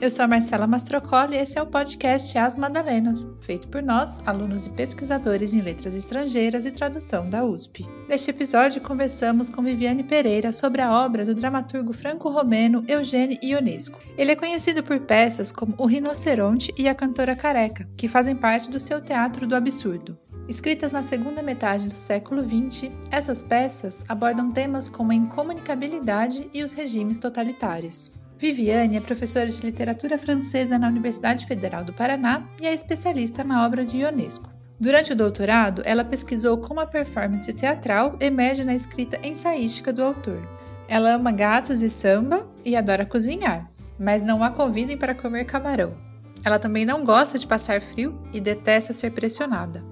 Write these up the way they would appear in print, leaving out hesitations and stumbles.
eu sou a Marcela Mastrocoli e esse é o podcast As Madalenas, feito por nós, alunos e pesquisadores em letras estrangeiras e tradução da USP. Neste episódio, conversamos com Viviane Pereira sobre a obra do dramaturgo franco-romeno Eugene Ionesco. Ele é conhecido por peças como O Rinoceronte e A Cantora Careca, que fazem parte do seu teatro do absurdo. Escritas na segunda metade do século XX, essas peças abordam temas como a incomunicabilidade e os regimes totalitários. Viviane é professora de literatura francesa na Universidade Federal do Paraná e é especialista na obra de Ionesco. Durante o doutorado, ela pesquisou como a performance teatral emerge na escrita ensaística do autor. Ela ama gatos e samba e adora cozinhar, mas não a convidem para comer camarão. Ela também não gosta de passar frio e detesta ser pressionada.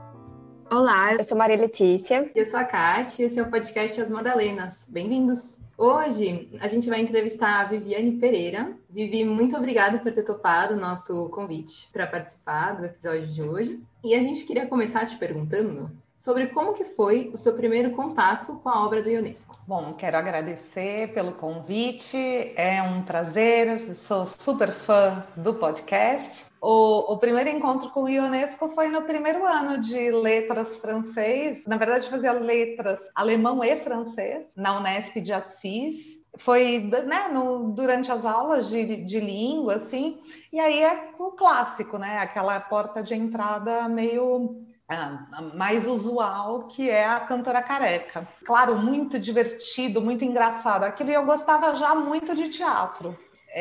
Olá, eu sou Maria Letícia. E eu sou a Kátia e esse é o podcast As Madalenas. Bem-vindos! Hoje a gente vai entrevistar a Viviane Pereira. Vivi, muito obrigada por ter topado o nosso convite para participar do episódio de hoje. E a gente queria começar te perguntando sobre como que foi o seu primeiro contato com a obra do Ionesco. Bom, quero agradecer pelo convite, é um prazer, sou super fã do podcast. O primeiro encontro com o Ionesco foi no primeiro ano de letras francês, na verdade fazia letras alemão e francês, na Unesp de Assis. Foi durante as aulas de língua, assim, e aí é o clássico, né? Aquela porta de entrada meio mais usual, que é a Cantora Careca. Claro, muito divertido, muito engraçado. Aquilo, eu gostava já muito de teatro.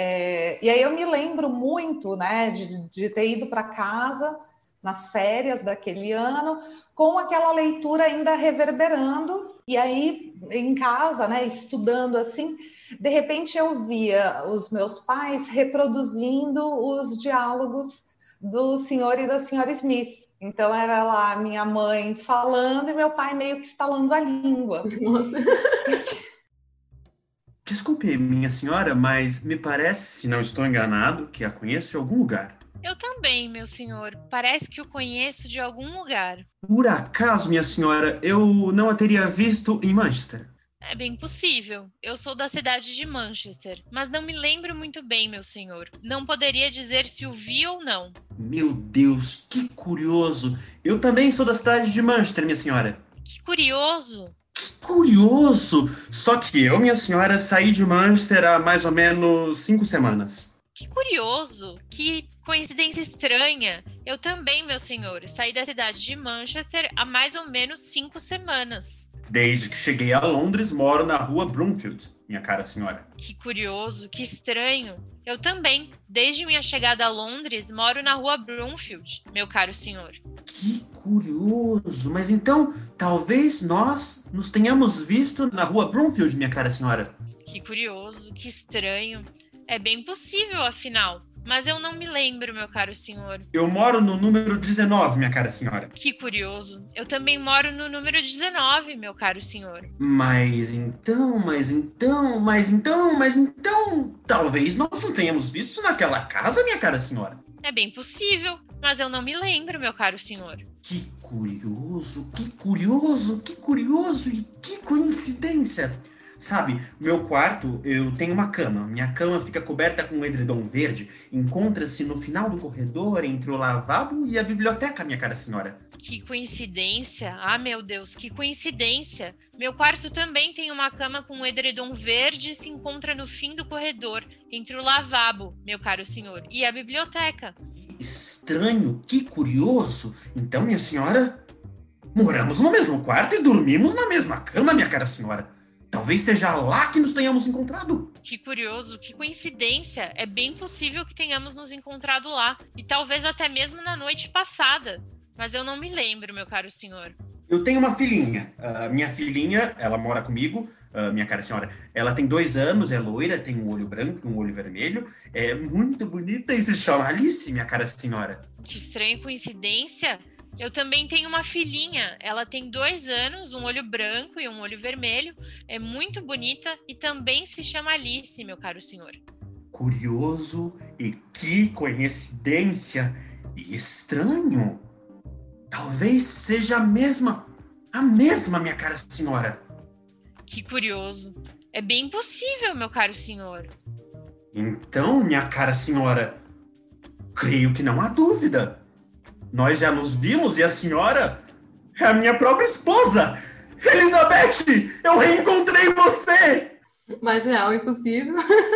E aí eu me lembro muito, né, de ter ido para casa nas férias daquele ano, com aquela leitura ainda reverberando, e aí em casa, né, estudando assim, de repente eu via os meus pais reproduzindo os diálogos do senhor e da senhora Smith. Então era lá minha mãe falando e meu pai meio que estalando a língua. Nossa! Desculpe, minha senhora, mas me parece, se não estou enganado, que a conheço de algum lugar. Eu também, meu senhor. Parece que o conheço de algum lugar. Por acaso, minha senhora, eu não a teria visto em Manchester? É bem possível. Eu sou da cidade de Manchester, mas não me lembro muito bem, meu senhor. Não poderia dizer se o vi ou não. Meu Deus, que curioso! Eu também sou da cidade de Manchester, minha senhora. Que curioso! Que curioso! Só que eu, minha senhora, saí de Manchester há mais ou menos 5 semanas. Que curioso! Que coincidência estranha! Eu também, meu senhor, saí da cidade de Manchester há mais ou menos 5 semanas. Desde que cheguei a Londres, moro na rua Broomfield, minha cara senhora. Que curioso, que estranho. Eu também, desde minha chegada a Londres, moro na rua Broomfield, meu caro senhor. Que curioso, mas então, talvez nós nos tenhamos visto na rua Broomfield, minha cara senhora. Que curioso, que estranho. É bem possível, afinal. Mas eu não me lembro, meu caro senhor. Eu moro no número 19, minha cara senhora. Que curioso. Eu também moro no número 19, meu caro senhor. Mas então, talvez nós não tenhamos visto naquela casa, minha cara senhora. É bem possível, mas eu não me lembro, meu caro senhor. Que curioso e que coincidência. Sabe, meu quarto, eu tenho uma cama. Minha cama fica coberta com um edredom verde. Encontra-se no final do corredor, entre o lavabo e a biblioteca, minha cara senhora. Que coincidência! Ah, meu Deus, que coincidência! Meu quarto também tem uma cama com um edredom verde e se encontra no fim do corredor, entre o lavabo, meu caro senhor, e a biblioteca. Estranho, que curioso. Então, minha senhora, moramos no mesmo quarto e dormimos na mesma cama, minha cara senhora. Talvez seja lá que nos tenhamos encontrado. Que curioso, que coincidência. É bem possível que tenhamos nos encontrado lá. E talvez até mesmo na noite passada. Mas eu não me lembro, meu caro senhor. Eu tenho uma filhinha. Minha filhinha, ela mora comigo, minha cara senhora. Ela tem 2 anos, é loira, tem um olho branco e um olho vermelho. É muito bonita e se chama Alice, minha cara senhora. Que estranha coincidência. Eu também tenho uma filhinha, ela tem 2 anos, um olho branco e um olho vermelho, é muito bonita e também se chama Alice, meu caro senhor. Curioso e que coincidência e estranho. Talvez seja a mesma, minha cara senhora. Que curioso. É bem possível, meu caro senhor. Então, minha cara senhora, creio que não há dúvida. Nós já nos vimos e a senhora é a minha própria esposa. Elizabeth, eu reencontrei você! Mais real impossível.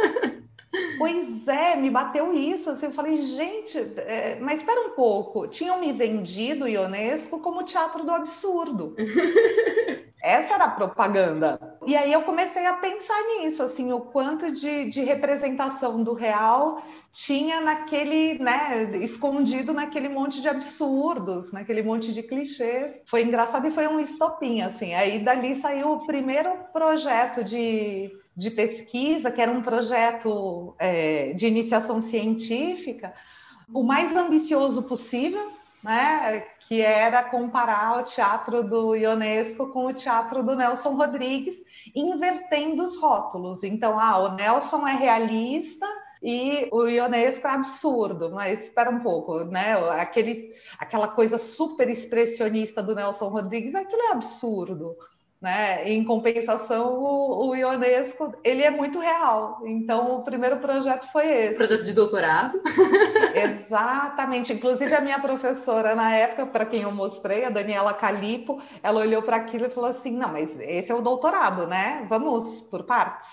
Pois é, me bateu isso. Assim, eu falei, gente, mas espera um pouco. Tinham me vendido o Ionesco como teatro do absurdo. Essa era a propaganda. E aí eu comecei a pensar nisso, assim, o quanto de representação do real tinha naquele, né, escondido naquele monte de absurdos, naquele monte de clichês. Foi engraçado e foi um estopim, assim. Aí dali saiu o primeiro projeto de pesquisa, que era um projeto de iniciação científica, o mais ambicioso possível, né, que era comparar o teatro do Ionesco com o teatro do Nelson Rodrigues, invertendo os rótulos. Então, o Nelson é realista e o Ionesco é absurdo, mas espera um pouco, né? Aquela coisa super expressionista do Nelson Rodrigues, aquilo é absurdo. Né? Em compensação, o Ionesco, ele é muito real. Então, o primeiro projeto foi esse. Projeto de doutorado. Exatamente. Inclusive, a minha professora, na época, para quem eu mostrei, a Daniela Calipo, ela olhou para aquilo e falou assim, não, mas esse é o doutorado, né? Vamos por partes.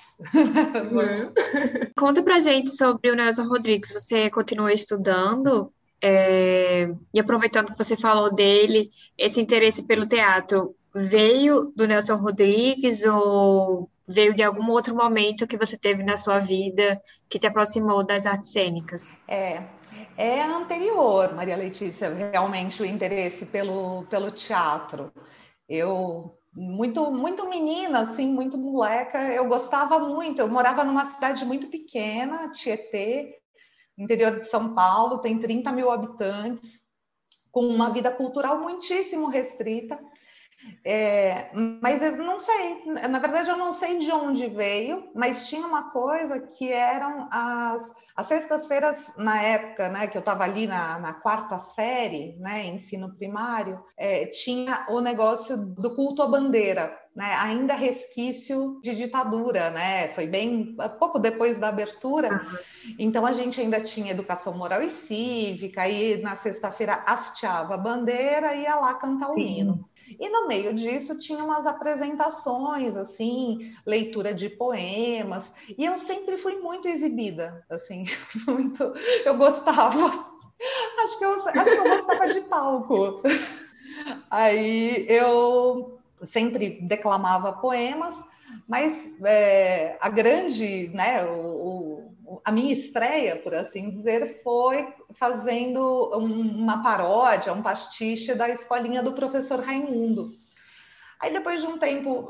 Conta pra gente sobre o Nelson Rodrigues. Você continua estudando? E aproveitando que você falou dele, esse interesse pelo teatro veio do Nelson Rodrigues ou veio de algum outro momento que você teve na sua vida que te aproximou das artes cênicas? É anterior, Maria Letícia, realmente o interesse pelo teatro. Eu, muito menina, assim, muito moleca, eu gostava muito. Eu morava numa cidade muito pequena, Tietê, interior de São Paulo, tem 30 mil habitantes, com uma vida cultural muitíssimo restrita. Mas eu não sei, na verdade eu não sei de onde veio, mas tinha uma coisa que eram as sextas-feiras na época, né, que eu estava ali na quarta série, né, ensino primário, tinha o negócio do culto à bandeira, né, ainda resquício de ditadura, né, foi bem pouco depois da abertura. Então a gente ainda tinha educação moral e cívica, aí na sexta-feira hasteava a bandeira e ia lá cantar o hino. E no meio disso tinha umas apresentações, assim, leitura de poemas, e eu sempre fui muito exibida, assim, eu gostava, acho que eu gostava de palco. Aí eu sempre declamava poemas, mas a grande, né, a minha estreia, por assim dizer, foi fazendo uma paródia, um pastiche da escolinha do professor Raimundo. Aí depois de um tempo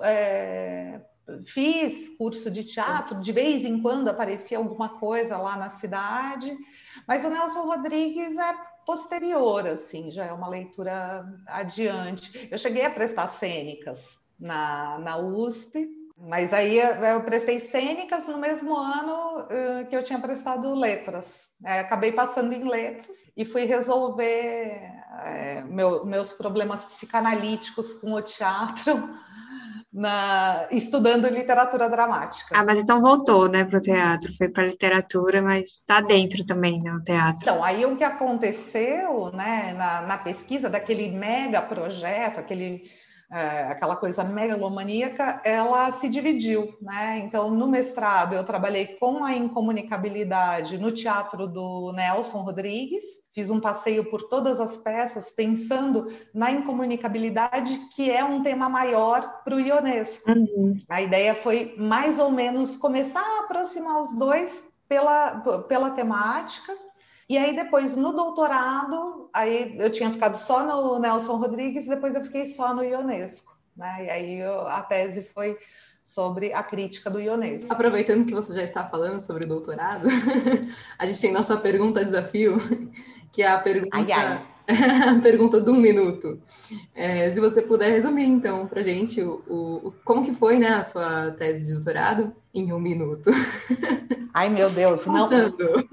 fiz curso de teatro, de vez em quando aparecia alguma coisa lá na cidade, mas o Nelson Rodrigues é posterior, assim, já é uma leitura adiante. Eu cheguei a prestar cênicas na USP, mas aí eu prestei cênicas no mesmo ano que eu tinha prestado letras. Acabei passando em letras e fui resolver meus problemas psicanalíticos com o teatro estudando literatura dramática. Mas então voltou, né, para o teatro, foi para a literatura, mas está dentro também, né, o teatro. Então, aí o que aconteceu, né, na pesquisa daquele mega projeto, aquela coisa megalomaníaca, ela se dividiu, né? Então, no mestrado, eu trabalhei com a incomunicabilidade no teatro do Nelson Rodrigues, fiz um passeio por todas as peças, pensando na incomunicabilidade, que é um tema maior para o Ionesco. A ideia foi, mais ou menos, começar a aproximar os dois pela temática. E aí depois, no doutorado, aí eu tinha ficado só no Nelson Rodrigues, depois eu fiquei só no Ionesco, né? E aí a tese foi sobre a crítica do Ionesco. Aproveitando que você já está falando sobre o doutorado, a gente tem nossa pergunta desafio, que é a pergunta, a pergunta do 1 minuto. Se você puder resumir, então, para a gente como que foi, né, a sua tese de doutorado em 1 minuto. Ai, meu Deus,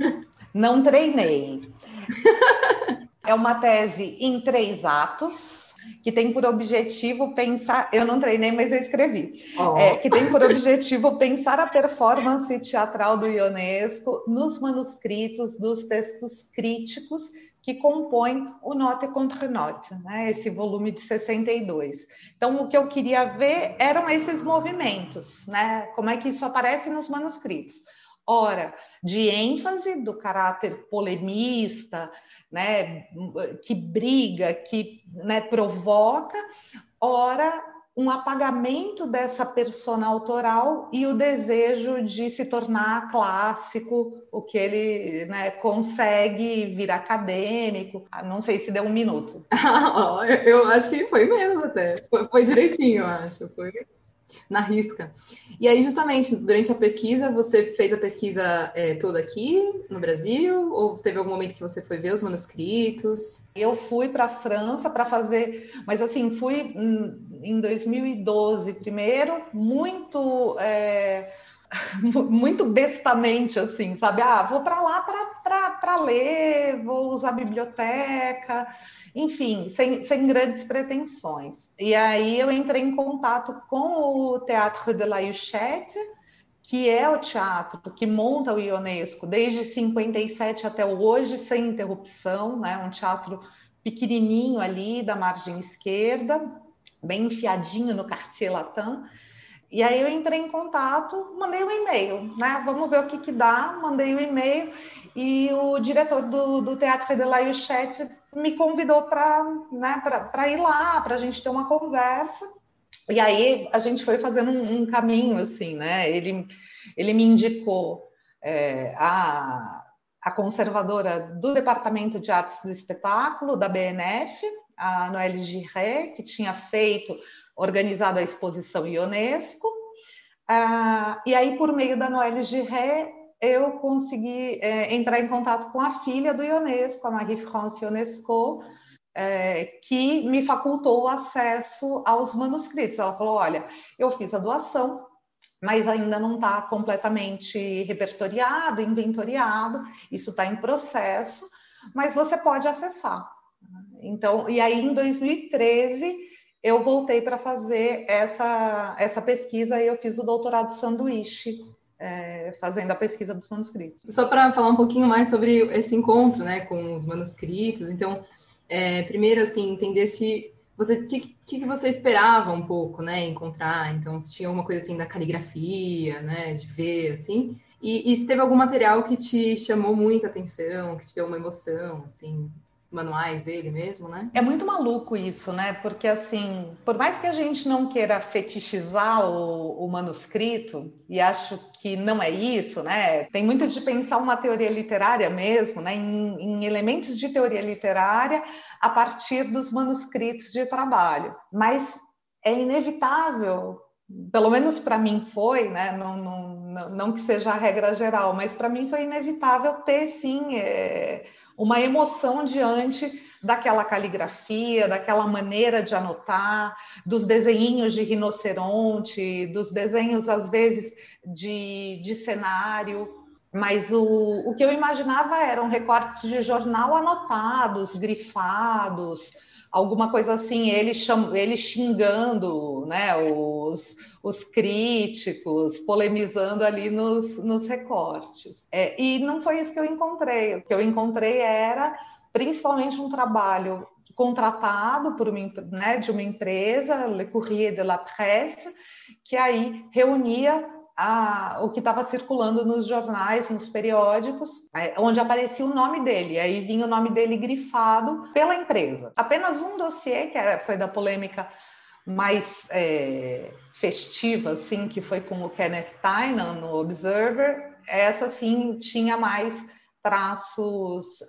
não treinei. É uma tese em 3 atos. que tem por objetivo pensar... Eu não treinei, mas eu escrevi. Oh. Que tem por objetivo pensar a performance teatral do Ionesco nos manuscritos dos textos críticos que compõem o Note contre Note, né? Esse volume de 62. Então, o que eu queria ver eram esses movimentos, né? Como é que isso aparece nos manuscritos. Ora, de ênfase do caráter polemista, né? Que briga, que, né, provoca, ora, um apagamento dessa persona autoral e o desejo de se tornar clássico, o que ele, né, consegue vir acadêmico. Não sei se deu 1 minuto. Eu acho que foi mesmo até. Foi direitinho, eu acho. Foi na risca. E aí, justamente, durante a pesquisa, você fez a pesquisa toda aqui no Brasil? Ou teve algum momento que você foi ver os manuscritos? Eu fui para a França para fazer, mas assim, fui em 2012 primeiro, muito muito bestamente, assim, sabe? Vou para lá para ler, vou usar a biblioteca, enfim, sem grandes pretensões. E aí eu entrei em contato com o Théâtre de la Huchette, que é o teatro que monta o Ionesco desde 57 até hoje, sem interrupção, né? Um teatro pequenininho ali da margem esquerda, bem enfiadinho no Quartier Latin. E aí eu entrei em contato, mandei um e-mail, né? Vamos ver o que dá. Mandei um e-mail e o diretor do Théâtre de la Huchette me convidou para, né, para ir lá, para a gente ter uma conversa. E aí a gente foi fazendo um caminho, assim, né? Ele me indicou a conservadora do Departamento de Artes do Espetáculo, da BNF, a Noëlle Giré, que tinha organizado a exposição Ionesco. E aí, por meio da Noëlle Giré, eu consegui entrar em contato com a filha do Ionesco, a Marie-France Ionesco, que me facultou o acesso aos manuscritos. Ela falou, olha, eu fiz a doação, mas ainda não está completamente repertoriado, inventoriado, isso está em processo, mas você pode acessar. Então, e aí em 2013 eu voltei para fazer essa pesquisa e eu fiz o doutorado sanduíche, fazendo a pesquisa dos manuscritos. Só para falar um pouquinho mais sobre esse encontro, né, com os manuscritos, então, primeiro, assim, entender se que você esperava um pouco, né, encontrar, então, se tinha alguma coisa, assim, da caligrafia, né, de ver, assim, e se teve algum material que te chamou muita atenção, que te deu uma emoção, assim, manuais dele mesmo, né? É muito maluco isso, né? Porque, assim, por mais que a gente não queira fetichizar o manuscrito, e acho que não é isso, né? Tem muito de pensar uma teoria literária mesmo, né? Em elementos de teoria literária a partir dos manuscritos de trabalho. Mas é inevitável, pelo menos para mim foi, né? Não que seja a regra geral, mas para mim foi inevitável ter, sim, uma emoção diante daquela caligrafia, daquela maneira de anotar, dos desenhinhos de rinoceronte, dos desenhos, às vezes, de cenário. Mas o que eu imaginava eram recortes de jornal anotados, grifados, alguma coisa assim, ele xingando, né, os críticos, polemizando ali nos recortes. E não foi isso que eu encontrei. O que eu encontrei era, principalmente, um trabalho contratado por de uma empresa, Le Courrier de la Presse, que aí reunia o que estava circulando nos jornais, nos periódicos, onde aparecia o nome dele. Aí vinha o nome dele grifado pela empresa. Apenas um dossiê, que foi da polêmica mais festiva, assim, que foi com o Kenneth Tynan no Observer. Essa, sim, tinha mais traços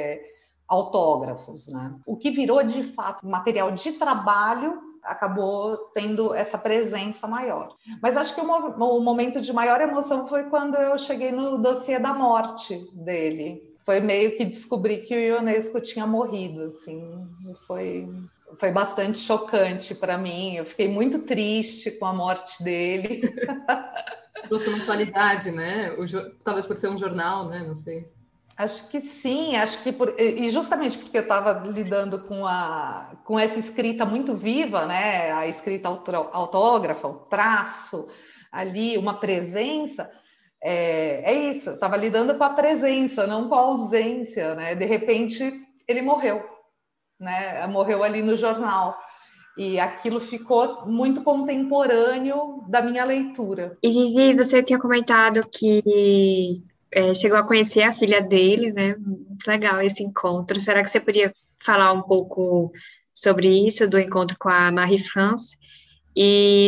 autógrafos, né? O que virou, de fato, material de trabalho acabou tendo essa presença maior. Mas acho que o momento de maior emoção foi quando eu cheguei no dossiê da morte dele. Foi meio que descobri que o Ionesco tinha morrido, assim. Foi bastante chocante para mim. Eu fiquei muito triste com a morte dele. Trouxe uma atualidade, né? Talvez por ser um jornal, né? Não sei. Acho que sim, acho que e justamente porque eu estava lidando com essa escrita muito viva, né? A escrita autógrafa, o traço ali, uma presença, é isso, eu estava lidando com a presença, não com a ausência, né? De repente ele morreu, né? Morreu ali no jornal. E aquilo ficou muito contemporâneo da minha leitura. E Vivi, você tinha comentado que chegou a conhecer a filha dele, né? Muito legal esse encontro. Será que você podia falar um pouco sobre isso, do encontro com a Marie-France? E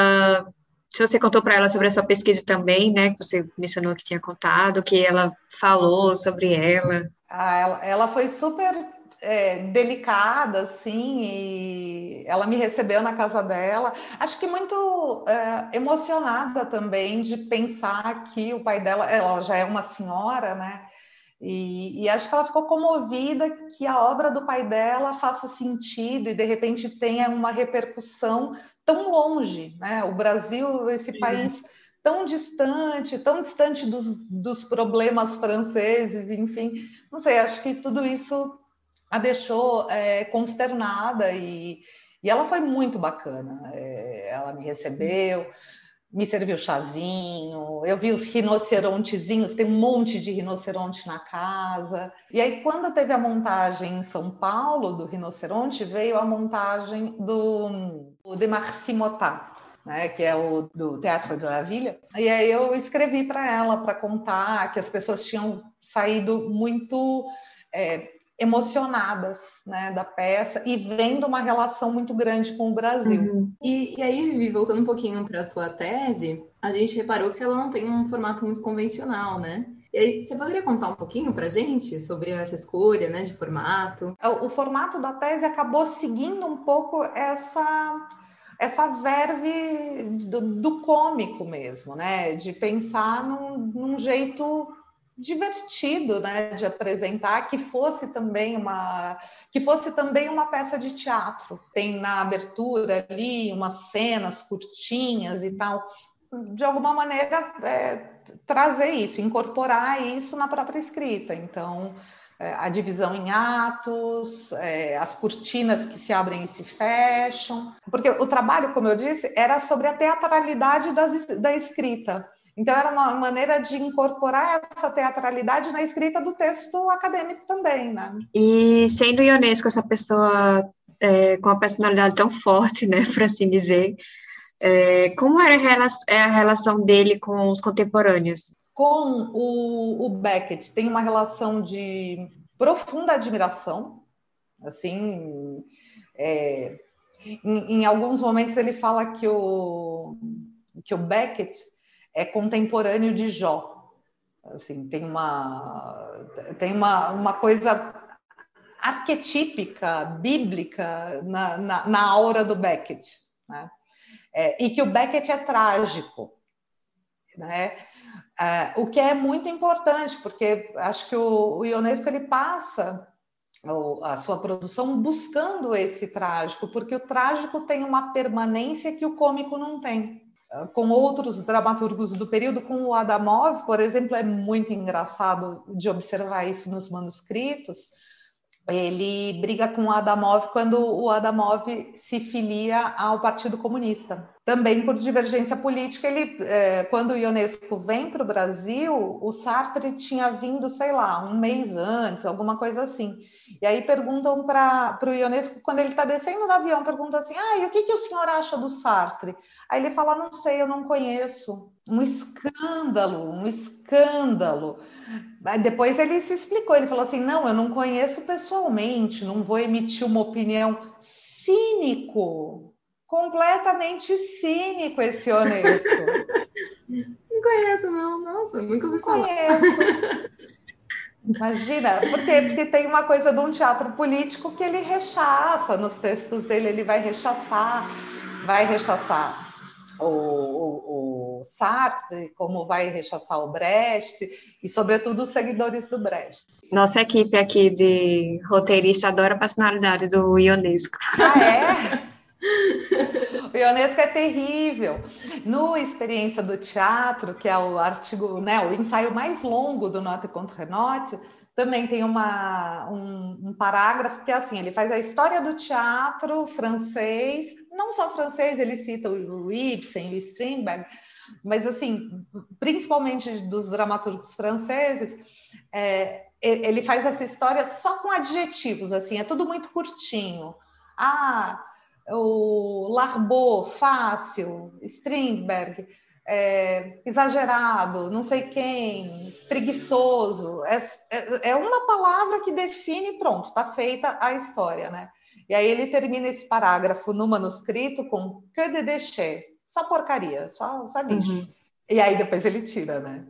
se você contou para ela sobre a sua pesquisa também, né? Que você mencionou que tinha contado, que ela falou sobre ela. Ela foi super delicada, assim, e ela me recebeu na casa dela. Acho que muito emocionada também de pensar que o pai dela, ela já é uma senhora, né? E acho que ela ficou comovida que a obra do pai dela faça sentido e de repente tenha uma repercussão tão longe, né? O Brasil, esse país tão distante dos problemas franceses, enfim, não sei, acho que tudo isso a deixou consternada e ela foi muito bacana. Ela me recebeu, me serviu chazinho, eu vi os rinocerontezinhos, tem um monte de rinoceronte na casa. E aí, quando teve a montagem em São Paulo do rinoceronte, veio a montagem do de Marcy Motat, né, que é o do Teatro de la Ville. E aí eu escrevi para ela para contar que as pessoas tinham saído muito emocionadas, né, da peça e vendo uma relação muito grande com o Brasil. Uhum. E aí, Vivi, voltando um pouquinho para a sua tese, a gente reparou que ela não tem um formato muito convencional, né? E aí, você poderia contar um pouquinho para a gente sobre essa escolha, né, de formato? O formato da tese acabou seguindo um pouco essa verve do cômico mesmo, né? De pensar num jeito divertido, né, de apresentar, que fosse também uma peça de teatro. Tem na abertura ali umas cenas curtinhas e tal, de alguma maneira trazer isso, incorporar isso na própria escrita. Então, a divisão em atos, as cortinas que se abrem e se fecham, porque o trabalho, como eu disse, era sobre a teatralidade da escrita. Então, era uma maneira de incorporar essa teatralidade na escrita do texto acadêmico também, né? E sendo Ionesco essa pessoa com uma personalidade tão forte, né, por assim dizer, como era a relação dele com os contemporâneos? Com o Beckett, tem uma relação de profunda admiração, assim, em alguns momentos ele fala que o Beckett é contemporâneo de Jó. Assim, tem uma coisa arquetípica, bíblica na aura do Beckett, né? E que o Beckett é trágico, né? O que é muito importante, porque acho que o Ionesco ele passa a sua produção buscando esse trágico, porque o trágico tem uma permanência que o cômico não tem. Com outros dramaturgos do período, com o Adamov, por exemplo, é muito engraçado de observar isso nos manuscritos. Ele briga com o Adamov quando o Adamov se filia ao Partido Comunista. Também por divergência política, quando o Ionesco vem para o Brasil, o Sartre tinha vindo, sei lá, um mês antes, alguma coisa assim. E aí perguntam para o Ionesco, quando ele está descendo no avião, perguntam assim, e o que o senhor acha do Sartre? Aí ele fala, não sei, eu não conheço. Um escândalo. Depois ele se explicou, ele falou assim, não, eu não conheço pessoalmente, não vou emitir uma opinião. Cínico, completamente cínico esse Ionesco. Não conheço, não, nossa, nunca ouvi falar. Imagina, por quê? Porque tem uma coisa de um teatro político que ele rechaça nos textos dele, ele vai rechaçar o Sartre, como vai rechaçar o Brecht, e sobretudo os seguidores do Brecht. Nossa equipe aqui de roteirista adora a personalidade do Ionesco. Ah, é? O Ionesco é terrível. No Experiência do Teatro, que é o artigo, né, o ensaio mais longo do Note contre Note, também tem um parágrafo que é assim, ele faz a história do teatro francês, não só francês, ele cita o Ibsen, o Strindberg, mas assim, principalmente dos dramaturgos franceses, ele faz essa história só com adjetivos, assim, é tudo muito curtinho. O Larbeau, fácil, Strindberg, exagerado, não sei quem, preguiçoso. É uma palavra que define, pronto, está feita a história, né? E aí ele termina esse parágrafo no manuscrito com que de déchet, só porcaria, só lixo. E aí depois ele tira, né?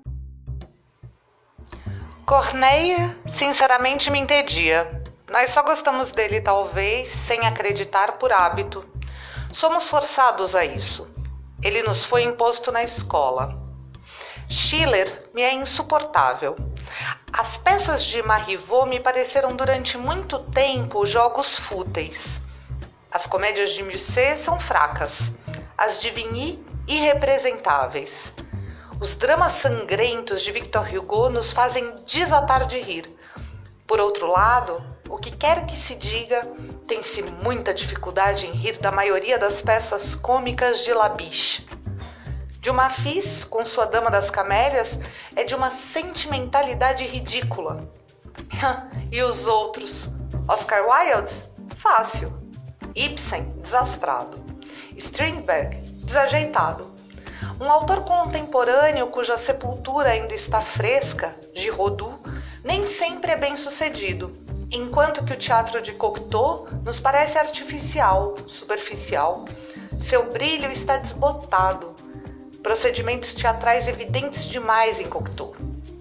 Corneille, sinceramente, me entendia. Nós só gostamos dele, talvez, sem acreditar por hábito. Somos forçados a isso. Ele nos foi imposto na escola. Schiller me é insuportável. As peças de Marivaux me pareceram durante muito tempo jogos fúteis. As comédias de Musset são fracas. As de Vigny, irrepresentáveis. Os dramas sangrentos de Victor Hugo nos fazem desatar de rir. Por outro lado, o que quer que se diga, tem-se muita dificuldade em rir da maioria das peças cômicas de Labiche. Dumas Fils, com sua Dama das Camélias, é de uma sentimentalidade ridícula. E os outros? Oscar Wilde? Fácil. Ibsen? Desastrado. Strindberg? Desajeitado. Um autor contemporâneo cuja sepultura ainda está fresca, Giraudoux, nem sempre é bem sucedido, enquanto que o teatro de Cocteau nos parece artificial, superficial. Seu brilho está desbotado. Procedimentos teatrais evidentes demais em Cocteau.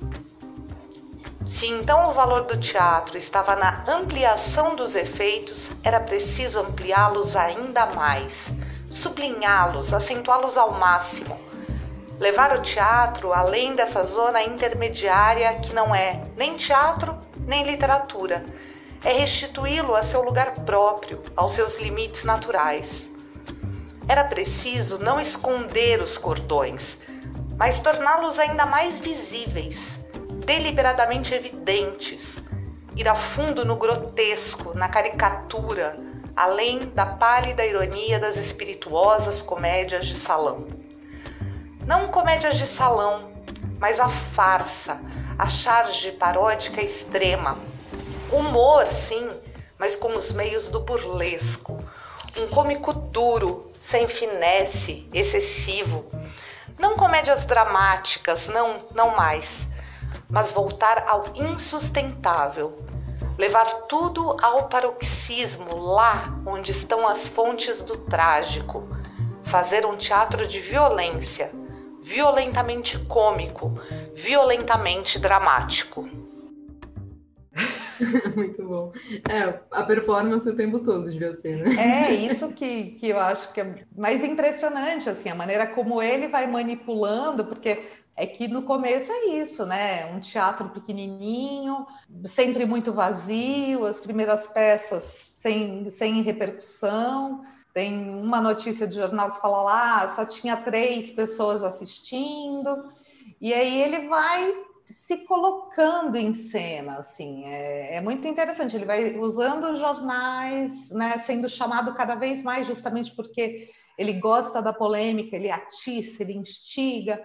Se então o valor do teatro estava na ampliação dos efeitos, era preciso ampliá-los ainda mais, sublinhá-los, acentuá-los ao máximo. Levar o teatro além dessa zona intermediária que não é nem teatro, nem literatura. É restituí-lo a seu lugar próprio, aos seus limites naturais. Era preciso não esconder os cordões, mas torná-los ainda mais visíveis, deliberadamente evidentes, ir a fundo no grotesco, na caricatura, além da pálida ironia das espirituosas comédias de salão. Não comédias de salão, mas a farsa, a charge paródica extrema. Humor, sim, mas com os meios do burlesco. Um cômico duro, sem finesse, excessivo. Não comédias dramáticas, não mais. Mas voltar ao insustentável. Levar tudo ao paroxismo, lá onde estão as fontes do trágico. Fazer um teatro de violência, violentamente cômico, violentamente dramático. Muito bom. A performance o tempo todo devia ser, né? É isso que eu acho que é mais impressionante, assim, a maneira como ele vai manipulando, porque é que no começo é isso, né? Um teatro pequenininho, sempre muito vazio, as primeiras peças sem repercussão. Tem uma notícia de jornal que fala lá, só tinha 3 pessoas assistindo, e aí ele vai se colocando em cena, assim, é muito interessante, ele vai usando os jornais, né, sendo chamado cada vez mais justamente porque ele gosta da polêmica, ele atiça, ele instiga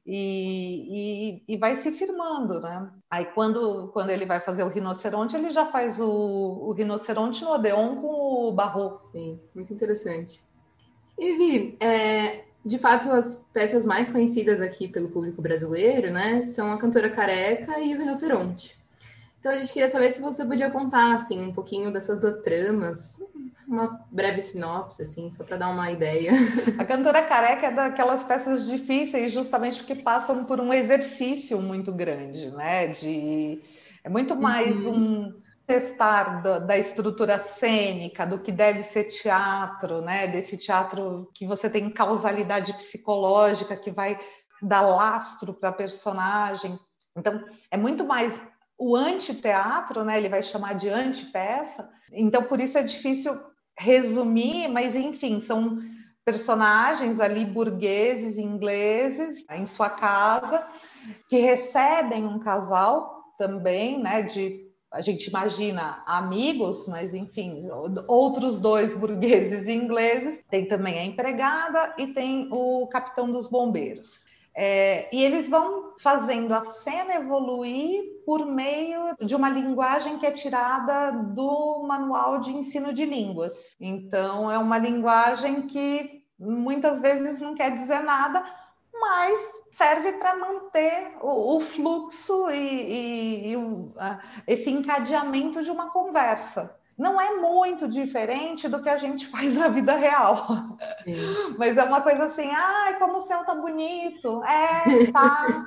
e vai se firmando, né? Aí quando ele vai fazer o Rinoceronte, ele já faz o Rinoceronte no Odeon com o Barrault. Sim, muito interessante. E Vi, de fato, as peças mais conhecidas aqui pelo público brasileiro, né, são a Cantora Careca e o Rinoceronte. Então a gente queria saber se você podia contar, assim, um pouquinho dessas 2 tramas, uma breve sinopse, assim, só para dar uma ideia. A Cantora Careca é daquelas peças difíceis justamente porque passam por um exercício muito grande, né? É muito mais um testar da estrutura cênica, do que deve ser teatro, né? Desse teatro que você tem causalidade psicológica, que vai dar lastro para a personagem. Então, é muito mais o antiteatro, né? Ele vai chamar de antepeça. Então, por isso é difícil resumir, mas, enfim, são personagens ali burgueses ingleses em sua casa que recebem um casal também, né, a gente imagina amigos, mas enfim, outros 2 burgueses ingleses. Tem também a empregada e tem o capitão dos bombeiros. E eles vão fazendo a cena evoluir por meio de uma linguagem que é tirada do manual de ensino de línguas. Então, é uma linguagem que muitas vezes não quer dizer nada, mas serve para manter o fluxo e esse encadeamento de uma conversa. Não é muito diferente do que a gente faz na vida real. Sim. Mas é uma coisa assim, ai, como o céu tá bonito. Tá.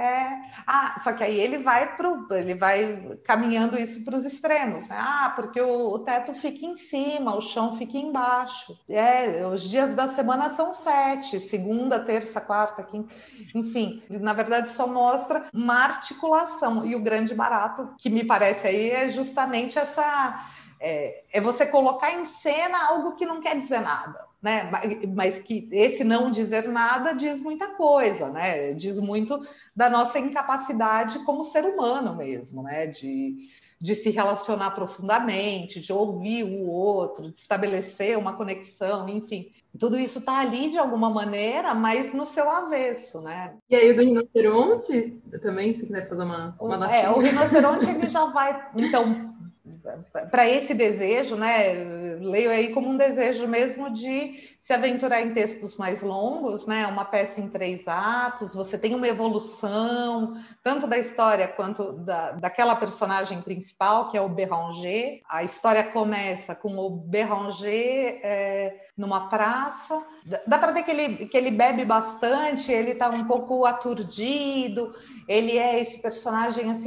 Só que aí ele vai caminhando isso para os extremos, né? Porque o teto fica em cima, o chão fica embaixo. Os dias da semana são 7, segunda, terça, quarta, quinta, enfim, na verdade só mostra uma articulação. E o grande barato que me parece aí é justamente essa... É você colocar em cena algo que não quer dizer nada, né? Mas que esse não dizer nada diz muita coisa, né? Diz muito da nossa incapacidade como ser humano mesmo, né? De se relacionar profundamente, de ouvir o outro, de estabelecer uma conexão, enfim. Tudo isso está ali de alguma maneira, mas no seu avesso, né? E aí o do rinoceronte, também, se quiser fazer uma notinha. O rinoceronte ele já vai, então... para esse desejo, né? Leio aí como um desejo mesmo de se aventurar em textos mais longos, né? Uma peça em 3 atos, você tem uma evolução, tanto da história quanto daquela personagem principal, que é o Béranger. A história começa com o Béranger numa praça. Dá para ver que ele bebe bastante, ele está um pouco aturdido, ele é esse personagem assim,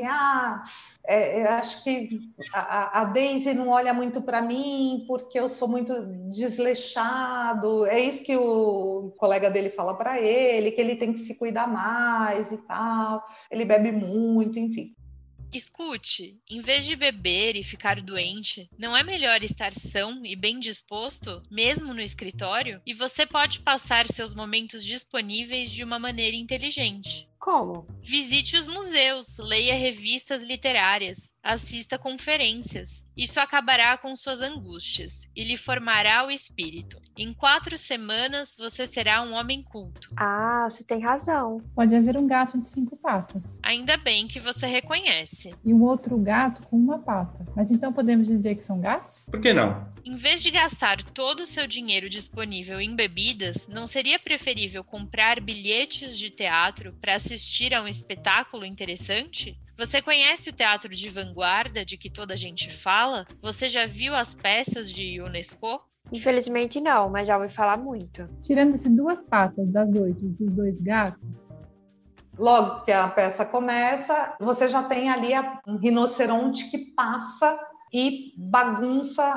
eu acho que a Daisy não olha muito para mim porque eu sou muito desleixado. É isso que o colega dele fala para ele, que ele tem que se cuidar mais e tal. Ele bebe muito, enfim. Escute, em vez de beber e ficar doente, não é melhor estar são e bem disposto, mesmo no escritório? E você pode passar seus momentos disponíveis de uma maneira inteligente. Como? Visite os museus, leia revistas literárias, assista conferências. Isso acabará com suas angústias e lhe formará o espírito. Em 4 semanas, você será um homem culto. Você tem razão. Pode haver um gato de 5 patas. Ainda bem que você reconhece. E um outro gato com 1 pata. Mas então podemos dizer que são gatos? Por que não? Em vez de gastar todo o seu dinheiro disponível em bebidas, não seria preferível comprar bilhetes de teatro para assistir a um espetáculo interessante? Você conhece o teatro de vanguarda de que toda a gente fala? Você já viu as peças de Ionesco? Infelizmente não, mas já ouvi falar muito. Tirando-se 2 patas das noites dos 2 gatos, logo que a peça começa, você já tem ali um rinoceronte que passa e bagunça,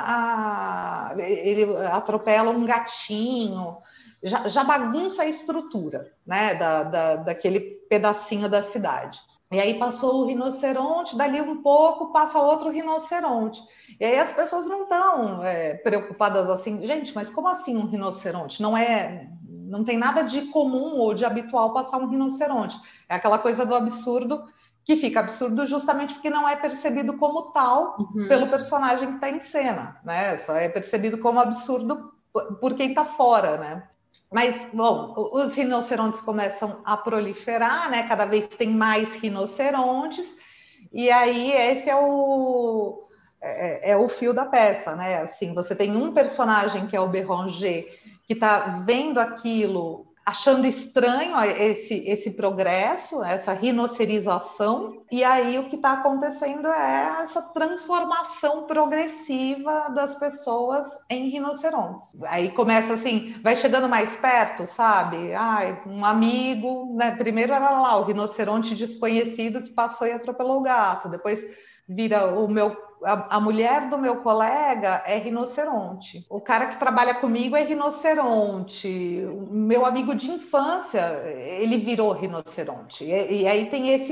ele atropela um gatinho, já bagunça a estrutura, né, daquele pedacinho da cidade. E aí passou o rinoceronte, dali um pouco passa outro rinoceronte. E aí as pessoas não estão preocupadas assim, gente, mas como assim um rinoceronte? Não tem nada de comum ou de habitual passar um rinoceronte. É aquela coisa do absurdo, que fica absurdo justamente porque não é percebido como tal pelo personagem que está em cena, né? Só é percebido como absurdo por quem está fora, né? Mas, bom, os rinocerontes começam a proliferar, né? Cada vez tem mais rinocerontes, e aí esse é o fio da peça, né? Assim, você tem um personagem que é o Béranger, que está vendo aquilo, achando estranho esse progresso, essa rinocerização, e aí o que está acontecendo é essa transformação progressiva das pessoas em rinocerontes. Aí começa assim, vai chegando mais perto, sabe? Um amigo, né? Primeiro era lá o rinoceronte desconhecido que passou e atropelou o gato, depois vira a mulher do meu colega é rinoceronte. O cara que trabalha comigo é rinoceronte. O meu amigo de infância, ele virou rinoceronte. E aí tem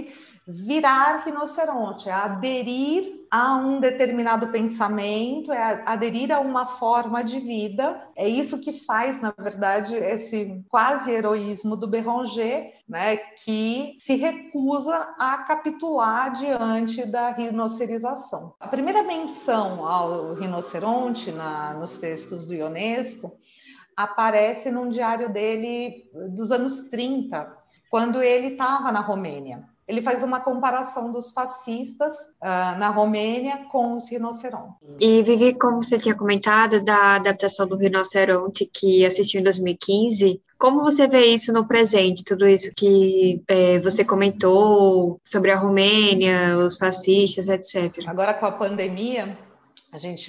virar rinoceronte, é aderir a um determinado pensamento, é aderir a uma forma de vida. É isso que faz, na verdade, esse quase heroísmo do Béranger, né, que se recusa a capitular diante da rinoceриzação. A primeira menção ao rinoceronte nos textos do Ionesco aparece num diário dele dos anos 30, quando ele estava na Romênia. Ele faz uma comparação dos fascistas na Romênia com os rinocerontes. E Vivi, como você tinha comentado da adaptação do Rinoceronte que assistiu em 2015, como você vê isso no presente? Tudo isso que você comentou sobre a Romênia, os fascistas, etc. Agora com a pandemia, a gente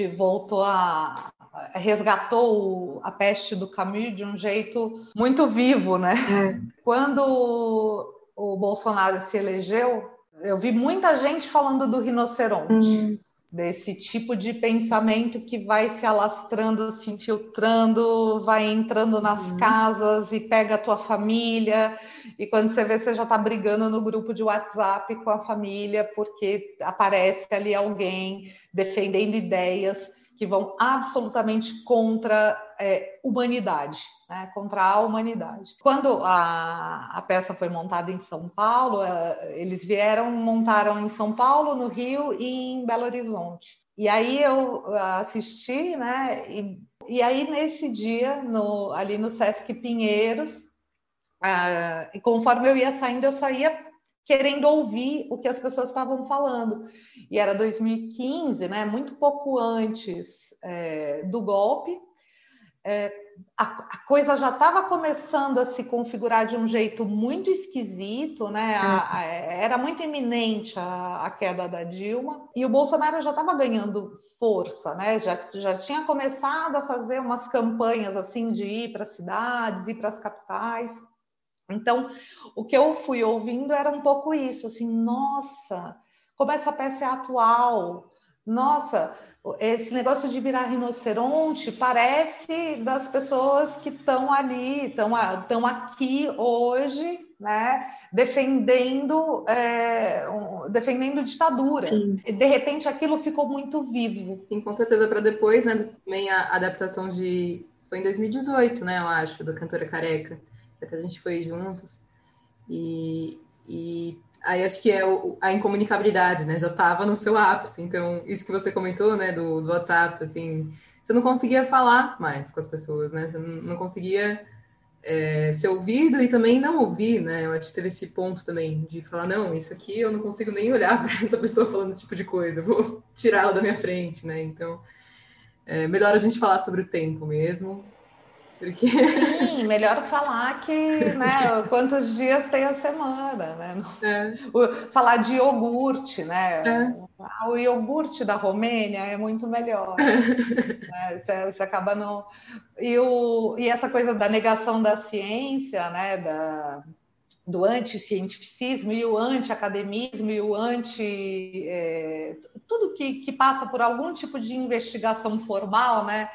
resgatou a peste do Camus de um jeito muito vivo, né? Quando o Bolsonaro se elegeu, eu vi muita gente falando do rinoceronte, desse tipo de pensamento que vai se alastrando, se infiltrando, vai entrando nas casas e pega a tua família, e quando você vê, você já está brigando no grupo de WhatsApp com a família, porque aparece ali alguém defendendo ideias que vão absolutamente contra humanidade, né? Contra a humanidade. Quando a peça foi montada em São Paulo, eles montaram em São Paulo, no Rio e em Belo Horizonte. E aí eu assisti, né? E aí nesse dia, ali no Sesc Pinheiros, e conforme eu ia saindo, eu só ia querendo ouvir o que as pessoas estavam falando. E era 2015, né? Muito pouco antes do golpe. A coisa já estava começando a se configurar de um jeito muito esquisito, né? Era muito iminente a queda da Dilma, e o Bolsonaro já estava ganhando força, né? Já tinha começado a fazer umas campanhas assim de ir para as cidades, ir para as capitais. Então, o que eu fui ouvindo era um pouco isso, assim, nossa, como essa peça é atual, nossa, esse negócio de virar rinoceronte parece das pessoas que estão ali, estão aqui hoje, né, defendendo ditadura. Sim. E, de repente, aquilo ficou muito vivo. Sim, com certeza, para depois, né, também a adaptação foi em 2018, né, eu acho, da Cantora Careca. Até a gente foi juntos, e aí acho que é a incomunicabilidade, né, já estava no seu ápice, então isso que você comentou, né, do WhatsApp, assim, você não conseguia falar mais com as pessoas, né, você não conseguia ser ouvido e também não ouvir, né, eu acho que teve esse ponto também de falar, não, isso aqui eu não consigo nem olhar para essa pessoa falando esse tipo de coisa, eu vou tirá-la da minha frente, né, então é melhor a gente falar sobre o tempo mesmo. Porque... Sim, melhor falar que, né, quantos dias tem a semana, né? Falar de iogurte, né? O iogurte da Romênia é muito melhor. Né? Você acaba não... E essa coisa da negação da ciência, né? Do anti-cientificismo e o anti-academismo e o tudo que passa por algum tipo de investigação formal, né?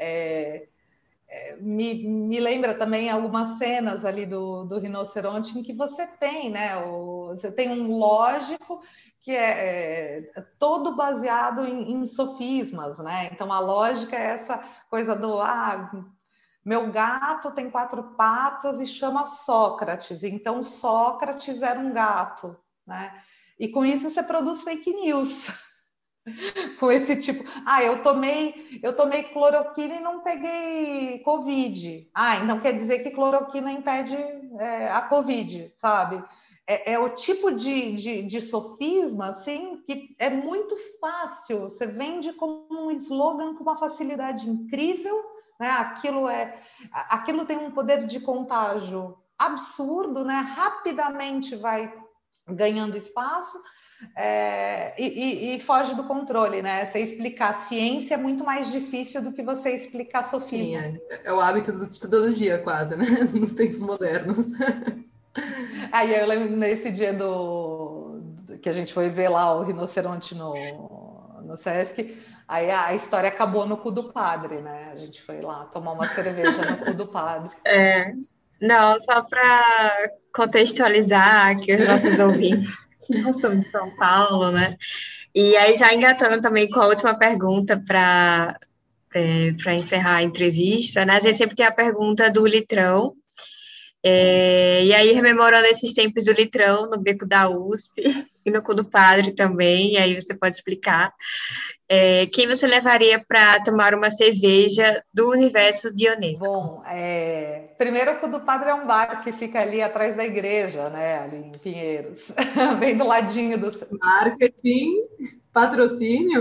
Me lembra também algumas cenas ali do rinoceronte em que você tem, né? Você tem um lógico que é todo baseado em sofismas, né? Então a lógica é essa coisa do meu gato tem 4 patas e chama Sócrates, então Sócrates era um gato, né? E com isso você produz fake news. Com esse tipo, eu tomei cloroquina e não peguei Covid. Então quer dizer que cloroquina impede a Covid, sabe? É o tipo de sofisma, assim, que é muito fácil. Você vende como um slogan com uma facilidade incrível, né? Aquilo tem um poder de contágio absurdo, né? Rapidamente vai ganhando espaço. E foge do controle, né? Você explicar ciência é muito mais difícil do que você explicar sofisma. Sim, é o hábito do todo dia, quase, né? Nos tempos modernos. Aí eu lembro nesse dia que a gente foi ver lá o rinoceronte no Sesc, aí a história acabou no cu do padre, né? A gente foi lá tomar uma cerveja no cu do padre. Não, só para contextualizar aqui os nossos ouvintes. não sou de São Paulo, né? E aí, já engatando também com a última pergunta para encerrar a entrevista, né? A gente sempre tem a pergunta do litrão. E aí, rememorando esses tempos do litrão no Beco da USP e no Cu do Padre também, e aí você pode explicar. Quem você levaria para tomar uma cerveja do universo Dionesco? Bom, primeiro o Cu do Padre é um bar que fica ali atrás da igreja, né? Ali em Pinheiros, bem do ladinho do... Marketing, patrocínio.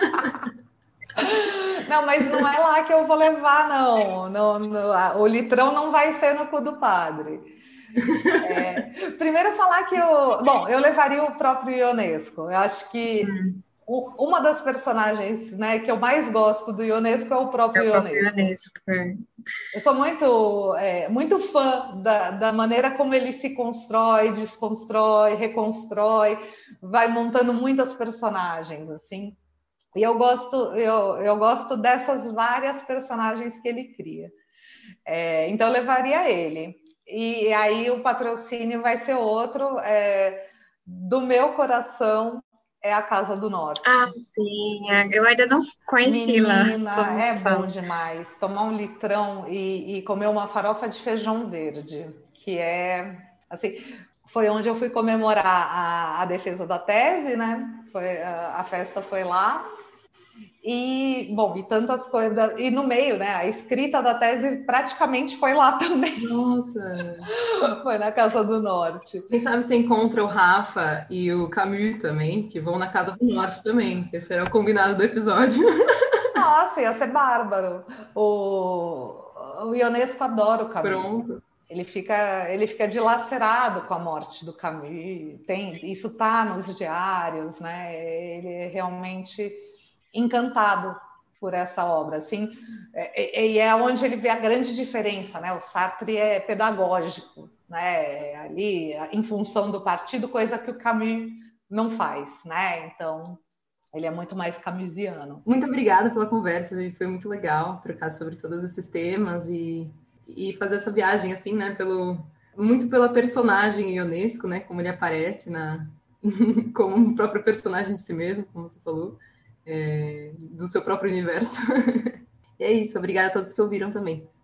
Não, mas não é lá que eu vou levar, não. O litrão não vai ser no Cu do Padre. Primeiro falar que eu levaria o próprio Ionesco. Eu acho que uma das personagens, né, que eu mais gosto do Ionesco é o próprio Ionesco. Eu sou muito fã da maneira como ele se constrói, desconstrói, reconstrói, vai montando muitas personagens, assim. E eu gosto dessas várias personagens que ele cria. Então eu levaria ele. E aí o patrocínio vai ser outro. Do meu coração é a Casa do Norte. Ah, sim. Eu ainda não conheci lá. Menina, é bom demais. Tomar um litrão e comer uma farofa de feijão verde, que é assim. Foi onde eu fui comemorar a defesa da tese, né? A festa foi lá. E, bom, e tantas coisas. E no meio, né? A escrita da tese praticamente foi lá também. Nossa! Foi na Casa do Norte. Quem sabe você encontra o Rafa e o Camus também, que vão na Casa do Norte também. Esse era o combinado do episódio. Nossa, ia ser bárbaro. O Ionesco adora o Camus. Pronto. Ele fica dilacerado com a morte do Camus. Isso tá nos diários, né? Ele é realmente encantado por essa obra, assim, e é onde ele vê a grande diferença, né? O Sartre é pedagógico, né? Ali, em função do partido, coisa que o Camus não faz, né? Então, ele é muito mais camusiano. Muito obrigada pela conversa, foi muito legal trocar sobre todos esses temas e fazer essa viagem, assim, né? Muito pela personagem Ionesco, né? Como ele aparece como um próprio personagem de si mesmo, como você falou. Do seu próprio universo. E é isso, obrigada a todos que ouviram também.